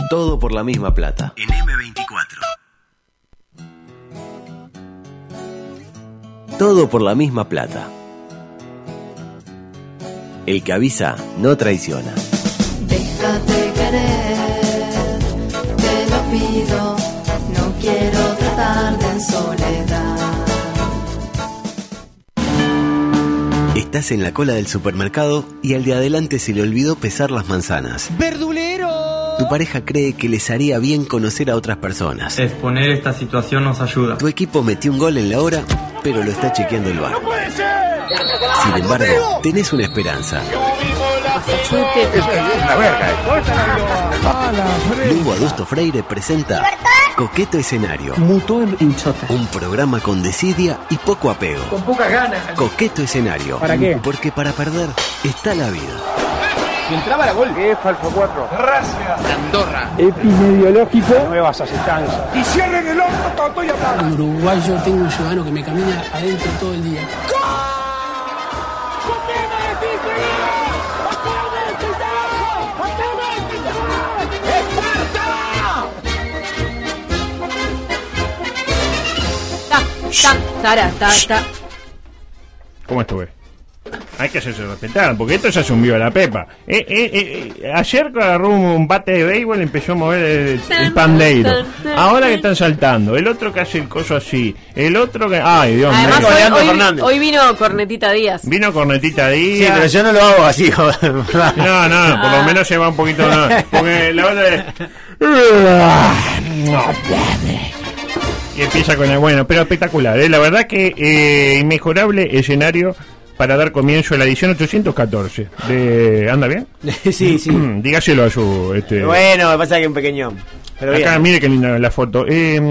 Todo por la misma plata. En M24. Todo por la misma plata. El que avisa no traiciona. Déjate querer, te lo pido, no quiero tratarte en soledad. Estás en la cola del supermercado y al de adelante se le olvidó pesar las manzanas. ¡Verdulero! Tu pareja cree que les haría bien conocer a otras personas. Exponer esta situación nos ayuda. Tu equipo metió un gol en la hora, pero lo está chequeando el VAR. ¡No puede ser! Sin embargo, tenés una esperanza. Lugo Adusto Freire presenta Coqueto Escenario. Mutó en chota. Un programa con desidia y poco apego. Con pocas ganas. Coqueto Escenario. ¿Para qué? Porque para perder está la vida. Si entraba la gol. ¿Qué es falso 4? Gracias. Andorra. Epidemiológico. Nuevas asistencias. Y cierren el orto, todo estoy hablando. En Uruguay yo tengo un ciudadano que me camina adentro todo el día. ¿Cómo estuve? Hay que hacerse respetar, porque esto ya es un vivo a la pepa. Ayer agarró un bate de béisbol y empezó a mover el pandeiro. Ahora que están saltando. El otro que hace el coso así. El otro que... Ay, Dios mío. Además, hoy vino Cornetita Díaz. Vino Cornetita Díaz. Sí, pero yo no lo hago así. No, por lo menos se va un poquito... No, porque la otra es... Y empieza con el... Bueno, pero espectacular. La verdad que inmejorable escenario para dar comienzo a la edición 814 de... ¿Anda bien? Sí. Dígaselo a su... Bueno, me pasa que un pequeño... Pero acá, bien. mire qué linda la foto.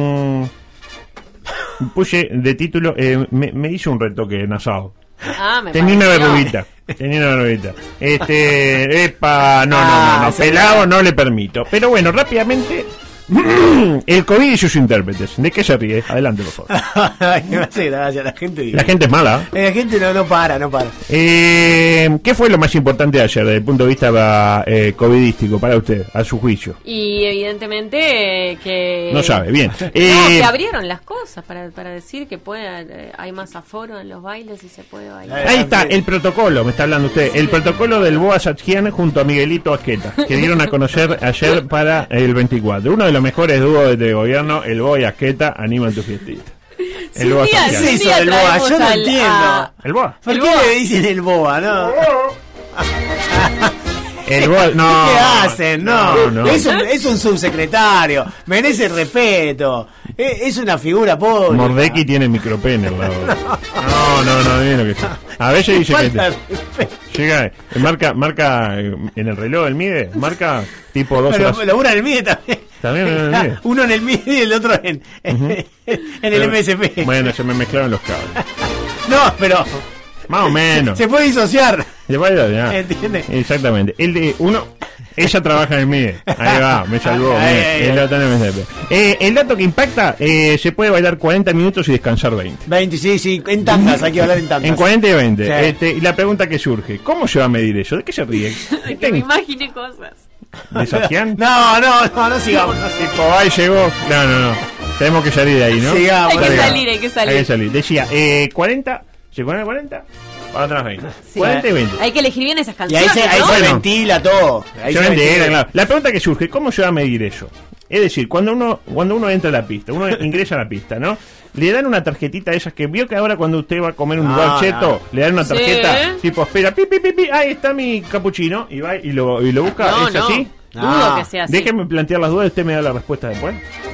Puse de título... me hizo un retoque nasado. Tenía una verruguita. Epa, no. Pelado no le permito. Pero bueno, rápidamente... El COVID y sus intérpretes. ¿De qué se ríe? Adelante, por favor. Me hace gracia, la gente... La gente es mala. La gente no para. ¿Qué fue lo más importante de ayer desde el punto de vista covidístico para usted, a su juicio? Y evidentemente que... No sabe, bien. que abrieron las cosas para decir que hay más aforo en los bailes y se puede bailar. Ahí está, el protocolo, me está hablando usted. El protocolo del Boa Satjian junto a Miguelito Asqueta, que dieron a conocer ayer para el 24. Uno de los mejores dúos de gobierno, el Boa y Asqueta, animan tu fiestita. El Boa Satjian. ¿Qué es eso del Boa? Yo no entiendo. ¿El Boa? ¿Por qué le dicen el Boa, no? El Boa, no. ¿Qué hacen? No. Es un subsecretario. Merece respeto. Es una figura pública. Mordecki tiene micropene al lado. No, bien lo que sea. A veces dice que llega, marca en el reloj del MIDE, marca tipo 2 horas. Pero labura en el MIDE también. También en el MIDE. Uno en el MIDE y el otro en el MSP. Bueno, se me mezclaron los cables. No, pero... Más o menos. Se puede disociar. ¿Entiendes? Exactamente. Ella trabaja en el MIDE. Ahí va, me salvó. El dato que impacta, se puede bailar 40 minutos y descansar 20. 20, sí, en tantas, hay que bailar en tantas. En 40 y 20. Sí. Y la pregunta que surge, ¿cómo se va a medir eso? ¿De qué se ríe? Que me imagine cosas. ¿De Satjian? No sigamos. Tipo, ahí llegó. No. Tenemos que salir de ahí, ¿no? Sigamos. Hay que salir. Decía, 40, ¿llegó a 40? Para atrás 20. Sí. 40 y 20. Hay que elegir bien esas Y canciones. ahí se ventila todo. Se ventila, claro. La pregunta que surge, ¿cómo se va a medir eso? Es decir, cuando uno entra a la pista, uno ingresa a la pista, ¿no? Le dan una tarjetita de esas que vio que ahora cuando usted va a comer un lugar cheto, le dan una tarjeta tipo, espera, pi, ahí está mi capuchino, y va y lo busca. ¿Es así? Dudo que sea así. Déjeme plantear las dudas, usted me da la respuesta después.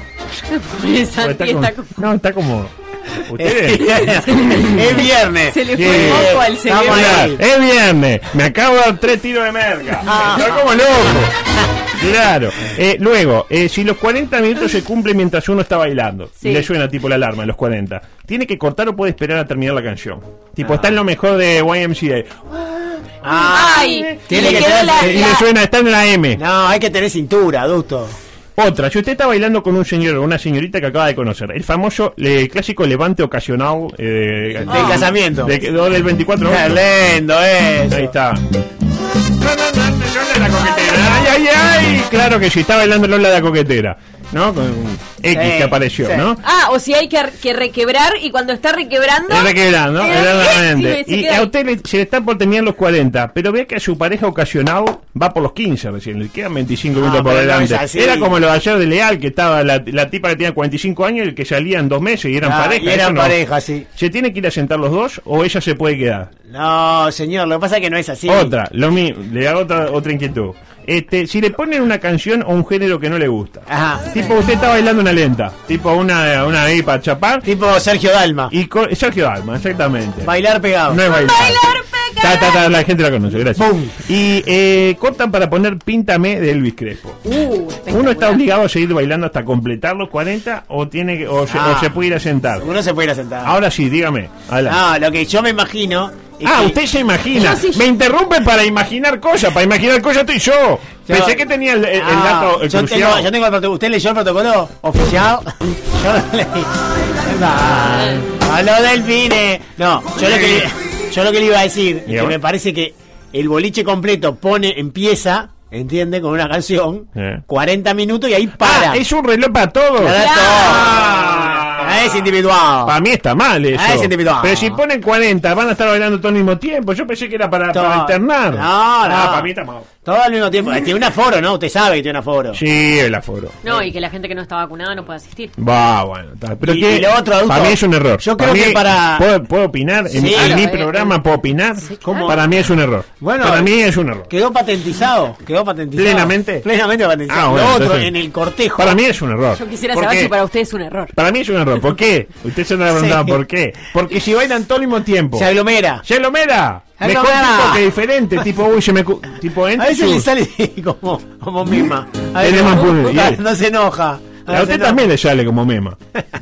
Está como... ¿Ustedes? Es viernes. Se le fue poco al señor. Es viernes. Me acabo de dar 3 tiros de merca. Estoy como loco. Claro. Luego, si los 40 minutos se cumplen mientras uno está bailando, y le suena tipo la alarma a los 40, ¿tiene que cortar o puede esperar a terminar la canción? Tipo, está en lo mejor de YMCA. Tiene que y le suena, está en la M. No, hay que tener cintura, adulto. Otra, si usted está bailando con un señor o una señorita que acaba de conocer, el famoso clásico levante ocasional del casamiento del 24 de lindo es. Ahí está. Lola la coquetera. Ay, ay, ay. Claro que sí, está bailando Lola la coquetera. ¿No? Con X que apareció, ¿no? Ah, o si hay que requebrar y cuando está requebrando. Requebrando, exactamente. Sí, Y a usted se le están por terminar los 40, pero ve que a su pareja ocasional va por los 15 recién, le quedan 25 minutos por pero no delante. es así. Era como lo de ayer de Leal, que estaba la tipa que tenía 45 años y el que salía en 2 meses y eran pareja. Y eran eso no. pareja, sí. ¿Se tiene que ir a sentar los dos o ella se puede quedar? No, señor, lo que pasa es que no es así. Otra, le hago otra inquietud. Si le ponen una canción o un género que no le gusta. Ajá. Tipo, usted está bailando una lenta. Tipo, una ahí para chapar. Tipo Sergio Dalma. Y Sergio Dalma, exactamente. Bailar pegado. No es bailar. Bailar pegado. La gente la conoce, gracias. Boom. Y cortan para poner Píntame de Elvis Crespo. ¿Uno está obligado a seguir bailando hasta completar los 40 o se puede ir a sentar? Uno se puede ir a sentar. Ahora sí, dígame. Adelante. No, lo que yo me imagino. Es que Usted se imagina. Yo sí- Me interrumpe para imaginar cosas. Para imaginar cosas estoy yo. Pensé que tenía el dato yo crucial. tengo el protocolo. ¿Usted leyó el protocolo oficial? Yo lo leí. A lo del Delfine. No, yo lo que le iba a decir es que ahora? me parece que el boliche completo empieza, ¿entiende? Con una canción, 40 minutos y ahí para. Es un reloj para todos. Es individual. Para mí está mal eso. Es individual. Pero si ponen 40, van a estar bailando todo al mismo tiempo. Yo pensé que era para alternar. No. Para mí está mal. Todo al mismo tiempo. Tiene un aforo, ¿no? Usted sabe que tiene un aforo. Sí, el aforo. No, y que la gente que no está vacunada no puede asistir. Bueno, está. Pero Y que lo otro, adulto, para mí es un error. yo creo mí, que para- ¿Puedo opinar? Sí, en claro, mi programa puedo opinar. Sí, claro. Para mí es un error. Bueno, para mí es un error. Quedó patentizado. ¿Plenamente? Plenamente patentizado. Bueno, Lo otro, entonces, en el cortejo. Para mí es un error. Yo quisiera ¿Por saber qué? si para usted es un error. Para mí es un error. ¿Por qué? Usted se lo ha preguntado Sí. por qué. Porque si bailan todo al mismo tiempo. Se aglomera. ¡Se aglomera! Se Mejor aglomera. tipo que diferente. Tipo, uy, tipo, A entra veces y le sur. sale como mima. A Tiene veces más pulso. no se enoja. A usted también le sale como mema.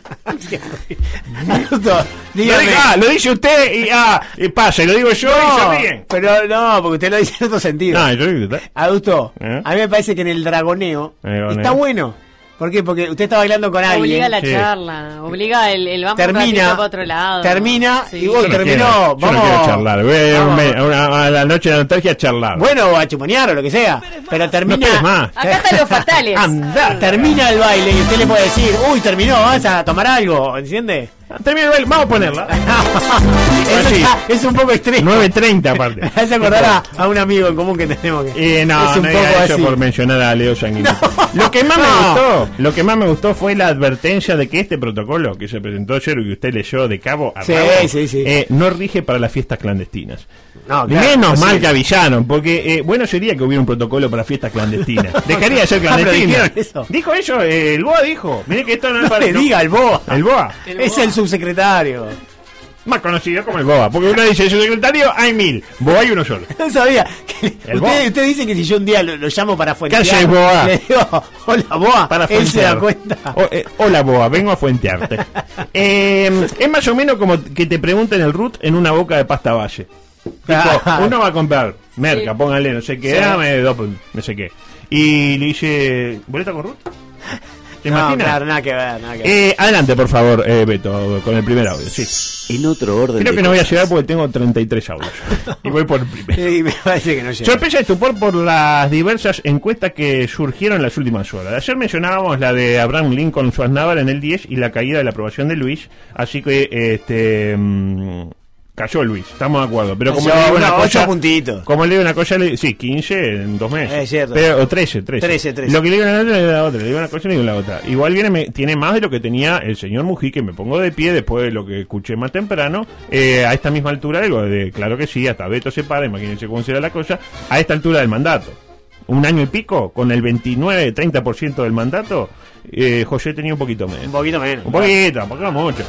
Lo dice usted y pasa, y lo digo yo y se ríen. Pero no, porque usted lo dice en otro sentido. No, yo digo, Adulto, ¿Eh? a mí me parece que en el dragoneo Dragoneo. está bueno. ¿Por qué? Porque usted está bailando con alguien. Obliga la Sí. charla, obliga el vamos un ratito Termina, para otro lado. termina Sí. y vos Yo no terminó. quiero- yo no vamos quiero charlar. Voy a ir vamos. a la noche de la nostalgia a charlar. Bueno, a chuponear o lo que sea. Pero termina. No esperes más. Acá están los fatales. Anda, termina el baile y usted le puede decir, uy, terminó, vas a tomar algo, ¿entiende? Termina el baile, vamos a ponerla. Eso sí. ya es un poco extremo. 9:30 aparte. Me hace acordar a un amigo en común que tenemos que No, es un no poco diga eso así. por mencionar a Leo Sanguinetti. Lo que más me gustó fue la advertencia de que este protocolo que se presentó ayer y que usted leyó de cabo a Sí, rabo, sí. no rige para las fiestas clandestinas. No, claro, Menos mal sí. que avisaron, porque bueno sería que hubiera un protocolo para fiestas clandestinas. Dejaría de ser pero clandestina. dijeron eso. Dijo eso, el BOA dijo. Mire que esto no es No para. le diga al BOA. El BOA. Es el subsecretario. Más conocido como el BOA. Porque uno dice, su secretario, hay 1000. BOA hay uno solo. No sabía. Que El BOA. usted dice que si yo un día lo llamo para fuentear, Calle BOA. le digo, hola BOA, Para él se da fuentear. cuenta. Hola BOA, vengo a fuentearte. Es más o menos como que te pregunten el root en una boca de pasta valle. Tipo, uno va a comprar merca, Sí. póngale, no sé qué, Sí. dame no sé qué. Y le dice, ¿boleta con root? ¿Te No, imaginas? claro, nada que ver, nada que ver. Adelante, por favor, Beto, con el primer audio. Sí. En otro orden Creo de que no voy a cosas. llegar porque tengo 33 audios. Y voy por el primero. Sí, me parece que no llega. Sorpresa y estupor por las diversas encuestas que surgieron en las últimas horas. Ayer mencionábamos la de Abraham Lincoln Schwarzenegger en el 10 y la caída de la aprobación de Luis. Así que cayó Luis, estamos de acuerdo. Pero como Cayó, le digo una no, cosa, 8 puntitos. como le digo una cosa, sí, 15 en 2 meses. Es cierto. Pero, o 13. 13. Lo que le digo una otra, le digo la otra. Le digo una cosa y le digo la otra. Igual tiene más de lo que tenía el señor Mujica, que me pongo de pie después de lo que escuché más temprano. A esta misma altura, claro que sí, hasta Beto se para, imagínense cómo será la cosa. A esta altura del mandato. Un año y pico, con el 29-30% del mandato, José tenía un poquito menos. Un poquito menos. Un poquito, tampoco mucho.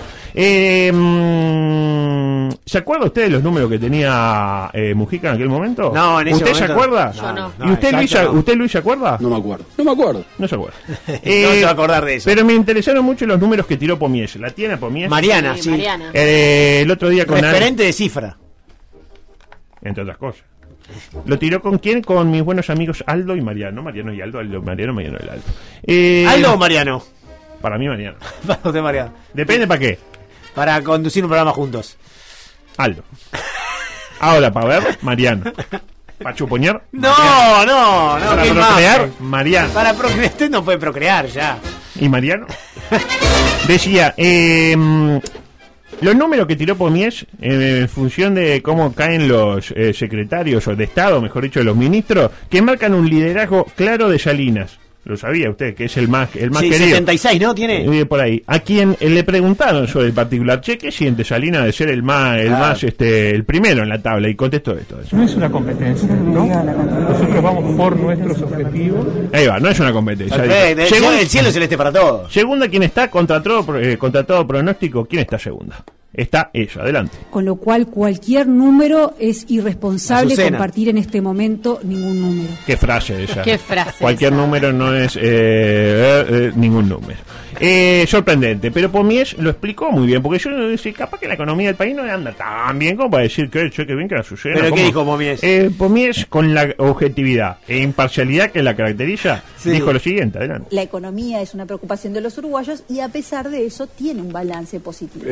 ¿Se acuerda usted de los números que tenía Mujica en aquel momento? No, en ese ¿Usted momento se acuerda? Yo no. ¿Y usted, exacto, Luis, no. ¿usted, Luis, se acuerda? No me acuerdo. No me acuerdo. No se acuerda. No se va a acordar de eso. Pero me interesaron mucho los números que tiró Pomies. ¿La tiene Pomies? Mariana, Sí, sí. Mariana. El otro día con Referente de cifra. entre otras cosas. ¿Lo tiró con quién? Con mis buenos amigos Aldo y Mariano. Mariano y Aldo, Mariano y Aldo. ¿Aldo o Mariano? Para mí, Mariano. Para usted, Mariano. Depende para qué. Para conducir un programa juntos. Aldo. Ahora, para ver, Mariano. ¿Para chupoñar? No, ¿Para ¿qué procrear? más? Mariano. Para procrear, usted no puede procrear ya. ¿Y Mariano? Decía, los números que tiró Pomies en función de cómo caen los secretarios o de Estado, mejor dicho, los ministros, que marcan un liderazgo claro de Salinas. Lo sabía usted, que es el más Sí, querido. 76, ¿no? Tiene. Por ahí. A quien le preguntaron sobre el particular cheque, siente Salinas de ser el el primero en la tabla, y contestó esto. No es una competencia, ¿no? Nosotros vamos por nuestros objetivos. Ahí va, no es una competencia. Perfecto, el cielo es celeste para todos. Segunda, ¿quién está? Contra todo pronóstico, ¿quién está segunda? Está ella, adelante. Con lo cual, cualquier número es irresponsable Azucena. compartir en este momento ningún número. Qué frase ella. Qué frase Cualquier esa. número no es ningún número. Sorprendente, pero Pomies lo explicó muy bien, porque yo decía, capaz que la economía del país no anda tan bien como para decir que bien que la suceda. ¿Pero qué dijo Pomies? Pomies, con la objetividad e imparcialidad que la caracteriza, dijo lo siguiente, adelante. La economía es una preocupación de los uruguayos y a pesar de eso tiene un balance positivo.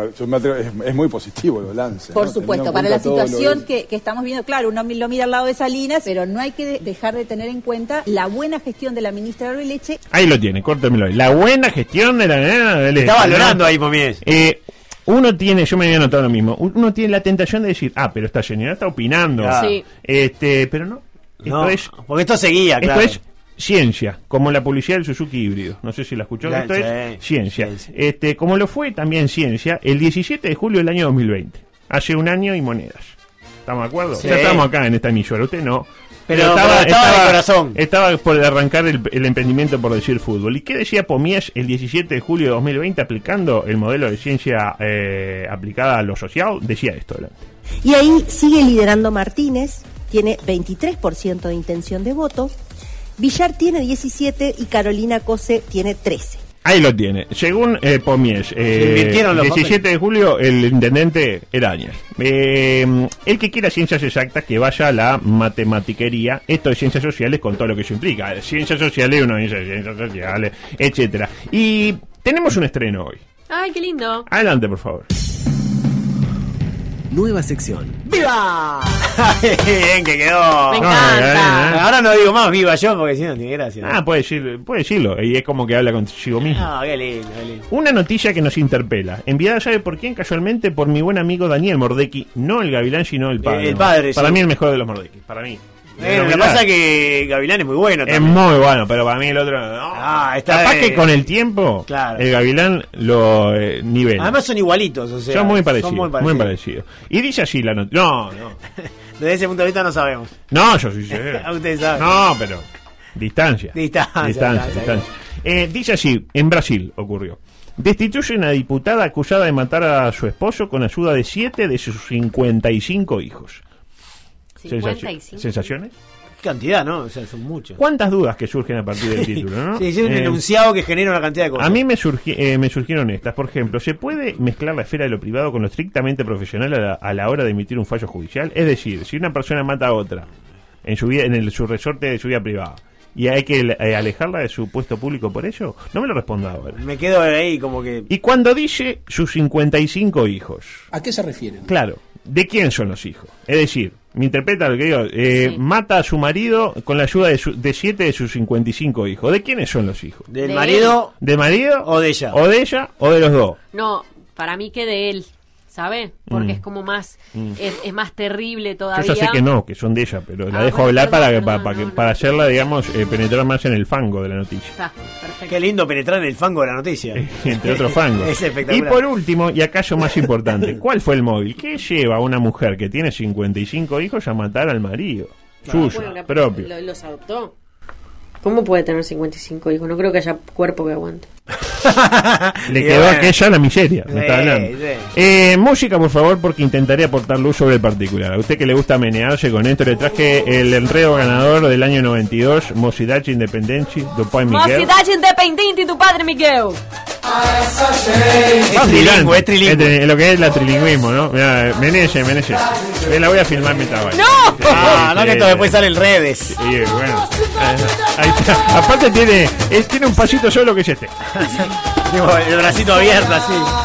Es muy positivo el balance. Por ¿no? supuesto, Teniendo en para la cuenta todo lo situación que estamos viendo, claro, uno lo mira al lado de Salinas, pero no hay que dejar de tener en cuenta la buena gestión de la ministra Orbileche. Ahí lo tiene, córtemelo ahí. La buena gestión de la Está valorando ahí, Pomies. Uno tiene, yo me había notado lo mismo, uno tiene la tentación de decir, pero esta señora está opinando. Claro. Sí. Pero no. No, porque esto seguía, claro. Esto es ciencia, como la publicidad del Suzuki híbrido. No sé si la escuchó. Claro, Esto sí, es ciencia. ciencia. Como lo fue también ciencia el 17 de julio del año 2020. Hace un año y monedas. ¿Estamos de acuerdo? Sí. Ya estamos acá en esta emisora. Usted no. Pero estaba de corazón. Estaba por arrancar el emprendimiento por decir fútbol. ¿Y qué decía Pomies el 17 de julio de 2020 aplicando el modelo de ciencia aplicada a lo social? Decía esto, adelante. Y ahí sigue liderando Martínez, tiene 23% de intención de voto, Villar tiene 17% y Carolina Cose tiene 13%. Ahí lo tiene. Según Pomies, invirtieron los 17 de julio el intendente era Áñez. El que quiera ciencias exactas, que vaya a la matematiquería. Esto de ciencias sociales con todo lo que eso implica. Ciencias sociales, uno dice ciencias sociales, etcétera. Y tenemos un estreno hoy. Ay, qué lindo. Adelante, por favor. Nueva sección. ¡Viva! Bien que quedó. Me encanta. Ahora no digo más viva yo porque si no tiene gracia. Puede decirlo. Y es como que habla consigo mismo. Qué lindo, qué lindo. Una noticia que nos interpela. Enviada, ¿sabe por quién? Casualmente por mi buen amigo Daniel Mordecki. No el Gavilán, sino el padre. El padre, Para sí. mí el mejor de los Mordecki. Para mí. Lo que pasa es que Gavilán es muy bueno Es también. muy bueno, pero para mí el otro... está capaz que con el tiempo Claro. el Gavilán lo nivela. Además son igualitos, o sea. Son muy parecidos, muy muy parecidos. Y dice así la noticia. No. Desde ese punto de vista no sabemos. No, yo sí sé. Ustedes saben. No, pero... Distancia. Distancia. Dice así, en Brasil ocurrió. Destituyen a diputada acusada de matar a su esposo con ayuda de 7 de sus 55 hijos. 55. ¿Sensaciones? Qué cantidad, ¿no? O sea, son muchos. ¿Cuántas dudas que surgen a partir del título, no? Sí, es un enunciado que genera una cantidad de cosas. A mí me surgieron estas. Por ejemplo, ¿se puede mezclar la esfera de lo privado con lo estrictamente profesional a la hora de emitir un fallo judicial? Es decir, si una persona mata a otra en su resorte de su vida privada y hay que alejarla de su puesto público por ello, no me lo responda ahora. Me quedo ahí como que... Y cuando dice sus 55 hijos... ¿A qué se refieren? Claro, ¿de quién son los hijos? Es decir, me interpreta lo que digo, mata a su marido con la ayuda de 7 de sus 55 hijos. ¿De quiénes son los hijos? ¿Del marido? ¿De marido? ¿O de ella? ¿O de ella o de los dos? No, para mí que de él, ¿sabe? Porque es como más, es más terrible todavía. Yo ya sé que no, que son de ella, pero la dejo bueno, hablar perdón, para hacerla, digamos, penetrar más en el fango de la noticia. Está, perfecto. Qué lindo penetrar en el fango de la noticia. Entre otros fangos. Es Y espectacular. por último, y acaso más importante, ¿cuál fue el móvil? ¿Qué lleva a una mujer que tiene 55 hijos a matar al marido? Suyo, Bueno, propio. Los adoptó. ¿Cómo puede tener 55 hijos? No creo que haya cuerpo que aguante. Le Y quedó bueno. aquella la miseria, me Sí, está hablando. sí. Música, por favor, porque intentaré aportar luz sobre el particular. A usted que le gusta menearse con esto, le traje el enredo ganador del año 92, Mocidade Independente, do Pai Miguel. Mocidade Independente do Padre Miguel. Es trilingüe, es trilingüe. Lo que es la trilingüismo, ¿no? Mirá, menece. La voy a filmar mientras baila. ¡No! No, que esto después sale en redes. Y bueno, ahí está. Aparte tiene un pasito solo que es este. Digo, el bracito abierto así.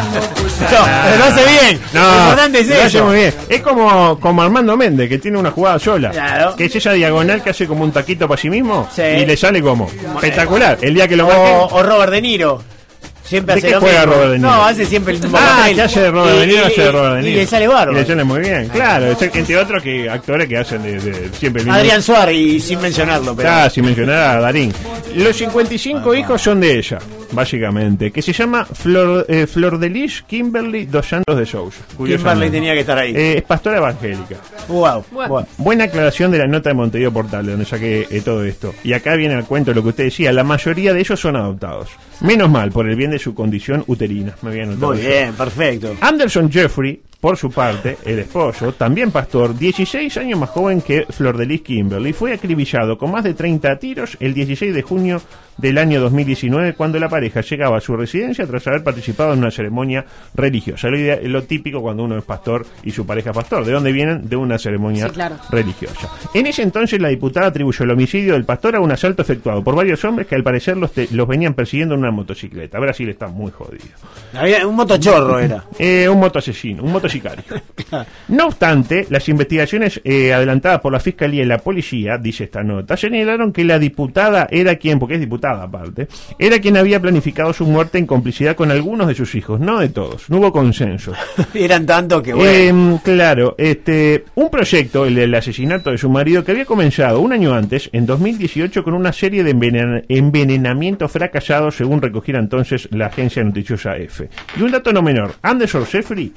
pero lo hace bien. No, lo importante es lo eso. hace muy bien. Es como Armando Méndez, que tiene una jugada sola. Claro. Que es esa diagonal que hace como un taquito para sí mismo. Sí. Y le sale como espectacular. El día que lo marque. O Robert De Niro. Siempre ¿De hace qué lo juega mismo. Robert De Niro? No, hace siempre el mismo Ah, papel. que hace de Robert De Niro, hace de Robert De Niro. Y le sale bárbaro. Y le sale muy bien, claro. Entre otros que actores que hacen de siempre el mismo. Adrián Suárez, y sin mencionarlo. Pero... Claro, sin mencionar a Darín. Los 55 hijos son de ella, básicamente. Que se llama Flordelis Kimberly dos Santos de Sousa. Kimberly tenía que estar ahí. Es pastora evangélica. Wow. Buena aclaración de la nota de Montevideo Portal, de donde saqué todo esto. Y acá viene al cuento lo que usted decía. La mayoría de ellos son adoptados. Menos mal, por el bien de su condición uterina. Me había notado Muy eso. bien, perfecto. Anderson Jeffrey, por su parte, el esposo, también pastor, 16 años más joven que Flordelis Kimberly, fue acribillado con más de 30 tiros el 16 de junio del año 2019, cuando la pareja llegaba a su residencia tras haber participado en una ceremonia religiosa. Lo típico cuando uno es pastor y su pareja es pastor. ¿De dónde vienen? De una ceremonia religiosa. En ese entonces la diputada atribuyó el homicidio del pastor a un asalto efectuado por varios hombres que al parecer los venían persiguiendo en una motocicleta. Brasil está muy jodido. Había un motochorro era. Un motoasesino, un motosicario. No obstante, las investigaciones adelantadas por la Fiscalía y la Policía, dice esta nota, señalaron que la diputada era quien, porque es diputada aparte, era quien había planificado su muerte en complicidad con algunos de sus hijos, no de todos, no hubo consenso. Eran tantos que bueno. Claro, un proyecto, el del asesinato de su marido, que había comenzado un año antes, en 2018, con una serie de envenenamientos fracasados, según recogiera entonces la agencia noticiosa EFE. Y un dato no menor, Anderson Jeffrey,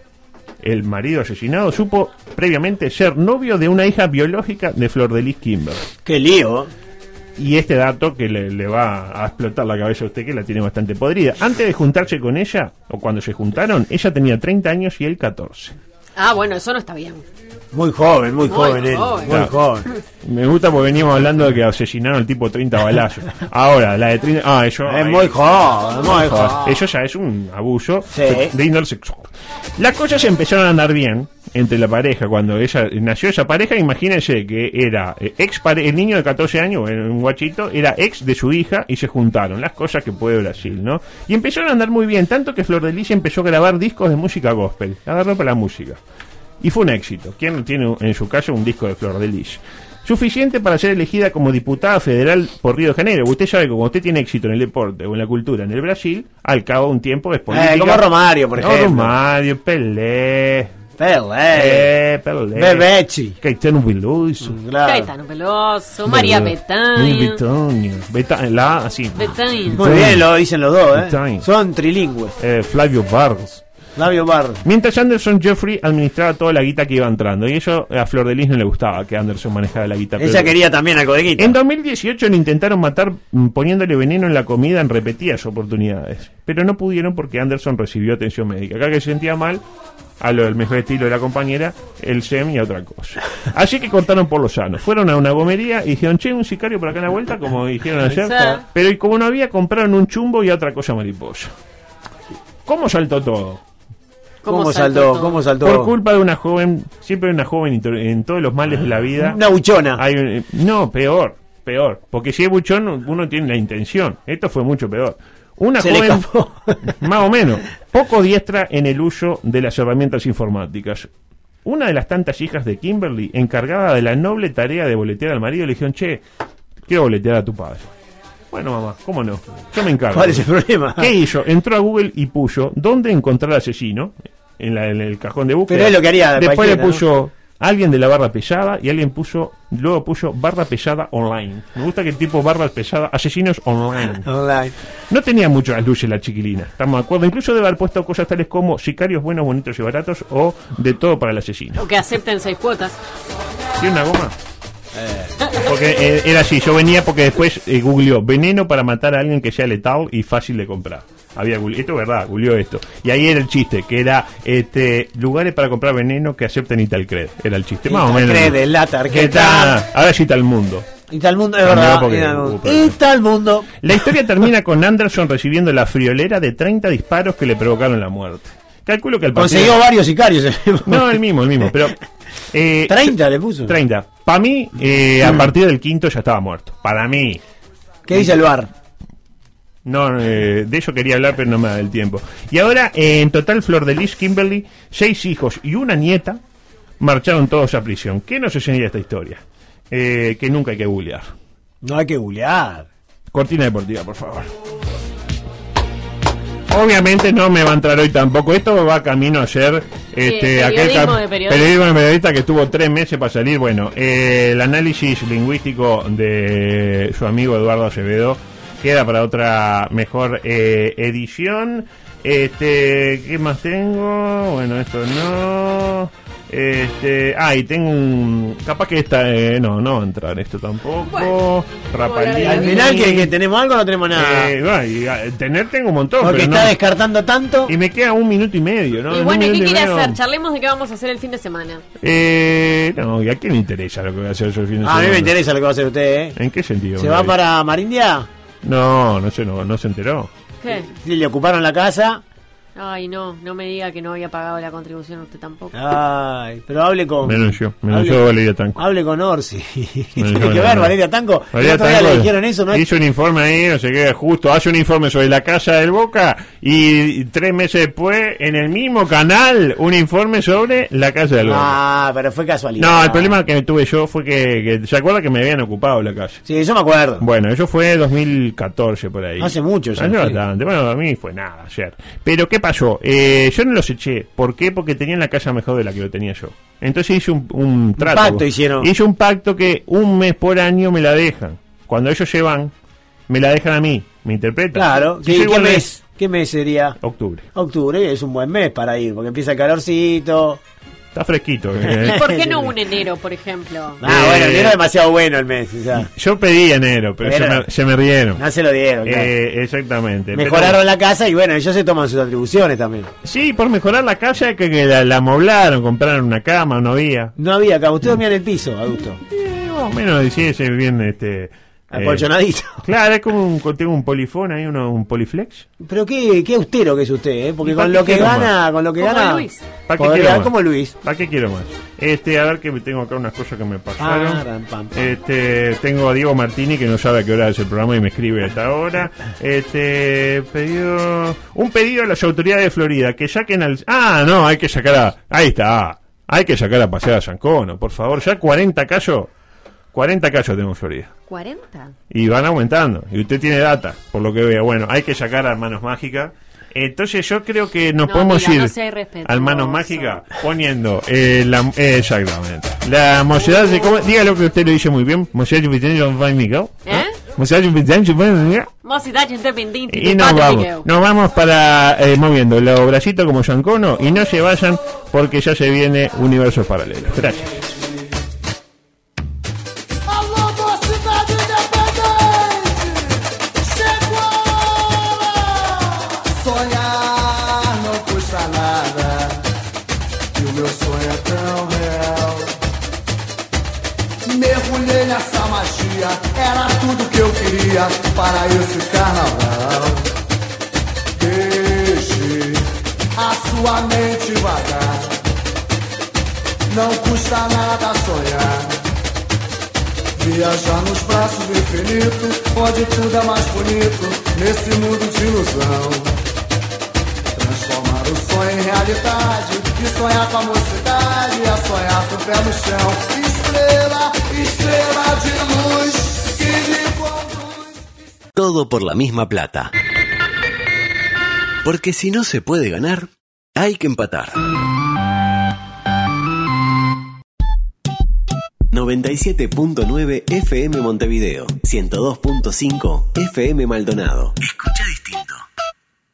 el marido asesinado, supo previamente ser novio de una hija biológica de Flordelis Kimberly. ¡Qué lío! Y este dato que le va a explotar la cabeza a usted, que la tiene bastante podrida. Antes de juntarse con ella, o cuando se juntaron, ella tenía 30 años y él 14. Ah, bueno, eso no está bien. Muy joven él. Muy joven. Me gusta porque veníamos hablando de que asesinaron al tipo 30 balazos. Ahora, la de 30... eso es muy joven. Eso ya es un abuso sí. de índole sexual. Las cosas empezaron a andar bien entre la pareja. Cuando ella nació esa pareja, imagínense que era el niño de 14 años, un guachito, era ex de su hija y se juntaron. Las cosas que puede Brasil, ¿no? Y empezaron a andar muy bien, tanto que Flordelis empezó a grabar discos de música gospel. Agarró para la música. Y fue un éxito. ¿Quién no tiene en su caso un disco de Flordelis? Suficiente para ser elegida como diputada federal por Río de Janeiro. Usted sabe que cuando usted tiene éxito en el deporte o en la cultura en el Brasil, al cabo de un tiempo es política. Como Romario, por ejemplo. Romario, Pelé, Bebechi, Caetano Veloso, Caetano Veloso, María Bethânia. Bethânia. Muy bien, lo dicen los dos, son trilingües. Flavio Vargas. Barro. Mientras Anderson Jeffrey administraba toda la guita que iba entrando. Y eso a Flordelis no le gustaba, que Anderson manejara la guita. Ella quería también algo de guita. En 2018 le intentaron matar poniéndole veneno en la comida en repetidas oportunidades. Pero no pudieron porque Anderson recibió atención médica. Acá que se sentía mal, a lo del mejor estilo de la compañera, el SEM y a otra cosa. Así que cortaron por lo sano. Fueron a una gomería y dijeron, che, un sicario por acá en la vuelta, como dijeron ayer. Pero y como no había, compraron un chumbo y a otra cosa mariposa. ¿Cómo saltó todo? ¿Cómo saltó? Por culpa de una joven, siempre hay una joven en todos los males de la vida. Una buchona. No, peor. Porque si es buchón, uno tiene la intención. Esto fue mucho peor. Una joven, más o menos, poco diestra en el uso de las herramientas informáticas. Una de las tantas hijas de Kimberly, encargada de la noble tarea de boletear al marido, le dijeron, che, quiero boletear a tu padre. Bueno, mamá, ¿cómo no? Yo me encargo. ¿Cuál es el problema? ¿Qué hizo? Entró a Google y puso ¿dónde encontrar al asesino? En el cajón de búsqueda. Pero es lo que haría. Después le puso alguien de la barra pesada y luego puso barra pesada online. Me gusta que el tipo barra pesada, asesinos online. No tenía muchas luces la chiquilina, estamos de acuerdo. Incluso debe haber puesto cosas tales como sicarios buenos, bonitos y baratos o de todo para el asesino. O que acepten 6 cuotas. ¿Tiene una goma? Porque era así, yo venía porque después googleó veneno para matar a alguien que sea letal y fácil de comprar. Esto es verdad, googleó esto. Y ahí era el chiste, que era lugares para comprar veneno que acepten Italcred. Era el chiste, más o menos. Italcred, la tarjeta. Ahora sí Italmundo. Italmundo, es verdad. Italmundo. La historia termina con Anderson recibiendo la friolera de 30 disparos que le provocaron la muerte. Calculo que el partido... Consiguió varios sicarios. No, el mismo, pero... 30 le puso. 30. Para mí, a partir del quinto ya estaba muerto. Para mí. ¿Qué dice el VAR? No, de eso quería hablar, pero no me da el tiempo. Y ahora, en total, Flor de Lis, Kimberly, 6 hijos y una nieta marcharon todos a prisión. ¿Qué nos enseña esta historia? Que nunca hay que googlear. No hay que googlear. Cortina deportiva, por favor. Obviamente no me va a entrar hoy tampoco. Esto va camino a ser periodismo de periodista que estuvo 3 meses para salir. Bueno, el análisis lingüístico de su amigo Eduardo Acevedo queda para otra mejor edición. ¿Qué más tengo? Bueno, esto no. Y tengo un... Capaz que esta... no va a entrar esto tampoco. Bueno, Rapalini. Al final que tenemos algo, no tenemos nada. Tener tengo un montón. Porque pero está no. descartando tanto. Y me queda 1 minuto y medio, ¿no? Y bueno, Un ¿qué minuto y quiere medio. hacer? Charlemos de qué vamos a hacer el fin de semana. No, ¿y a quién le interesa lo que voy a hacer yo el fin de semana? A mí me interesa lo que va a hacer usted, ¿eh? ¿En qué sentido? ¿Se va para Marindia? No se enteró. ¿Qué? Sí, le ocuparon la casa. Ay, no me diga que no había pagado la contribución usted tampoco. Ay, pero hable con... Menos yo Valeria Tanco. Hable con Orsi. Menos Tiene yo, que ver, no. Valeria Tanco. Valeria El otro día Tanco le dijeron eso, ¿no? hizo un informe ahí, no sé qué, justo hace un informe sobre la casa del Boca y 3 meses después, en el mismo canal, un informe sobre la casa del Boca. Ah, pero fue casualidad. No, el problema que tuve yo fue que ¿se acuerda que me habían ocupado la casa? Sí, eso me acuerdo. Bueno, eso fue 2014 por ahí. Hace mucho ya. Hace sí. bastante. Bueno, a mí fue nada ayer. Pero ¿qué pasó? Yo no los eché. ¿Por qué? Porque tenían la casa mejor de la que lo tenía yo. Entonces hice un trato. pacto hicieron. Hice un pacto que 1 mes por año me la dejan. Cuando ellos se van, me la dejan a mí. ¿Me interpretan? Claro. Si ¿Qué, yo qué igual mes? ¿Qué mes sería? Octubre. Octubre, es un buen mes para ir, porque empieza el calorcito. Está fresquito. ¿Y por qué no un enero, por ejemplo? Bueno, enero es demasiado bueno el mes. O sea, Yo pedí enero, pero se me rieron. no se lo dieron. Claro. Exactamente. Mejoraron Pero- la casa y bueno, ellos se toman sus atribuciones también. Sí, por mejorar la casa que la amoblaron, compraron una cama, no había. No había acá, usted dormía en el piso, adulto. Más o menos decía ese bien Acolchonadito. Claro, es como tengo un polifón ahí, un poliflex. Pero qué austero que es usted, ¿eh? Porque ¿Y con para lo qué que quiero gana, con lo que Como gana. Luis. ¿Para qué podría- quiero más? como Luis. ¿Para qué quiero más? A ver que tengo acá unas cosas que me pasaron. Ram, pam, pam. Tengo a Diego Martini que no sabe a qué hora es el programa y me escribe a esta hora. Un pedido a las autoridades de Florida que saquen al... no, hay que sacar ahí está. Hay que sacar a pasear a Sancono, por favor. Ya 40 casos tenemos en Florida. ¿40? Y van aumentando. Y usted tiene data, por lo que veo. Bueno, hay que sacar a Manos Mágicas. Entonces yo creo que nos No, podemos diga, ir no sea irrespetuoso. al Manos Mágicas poniendo exactamente la mocedad de cómo, diga lo que usted lo dice muy bien, mocedad Miguel. ¿Eh? Mocedad Mocidad independiente. y nos vamos para moviendo los bracitos como Sancono y no se vayan porque ya se viene Universos Paralelos. Gracias. Alô, Mocidade Independente, chegou! Sonhar não custa nada, e o meu sonho é tão real. Mergulhei nessa magia, era tudo que eu queria para esse carnaval. Deixe a sua mente vagar, não custa nada sonhar. Viajar nos braços do infinito, onde tudo é mais bonito, nesse mundo de ilusão. Transformar o sonho em realidade, e sonhar com a mocidade, é sonhar com o pé no chão. Estrela, estrela de luz, que me conduz. Todo por la misma plata. Porque si no se puede ganar, hay que empatar. 97.9 FM Montevideo, 102.5 FM Maldonado. Escucha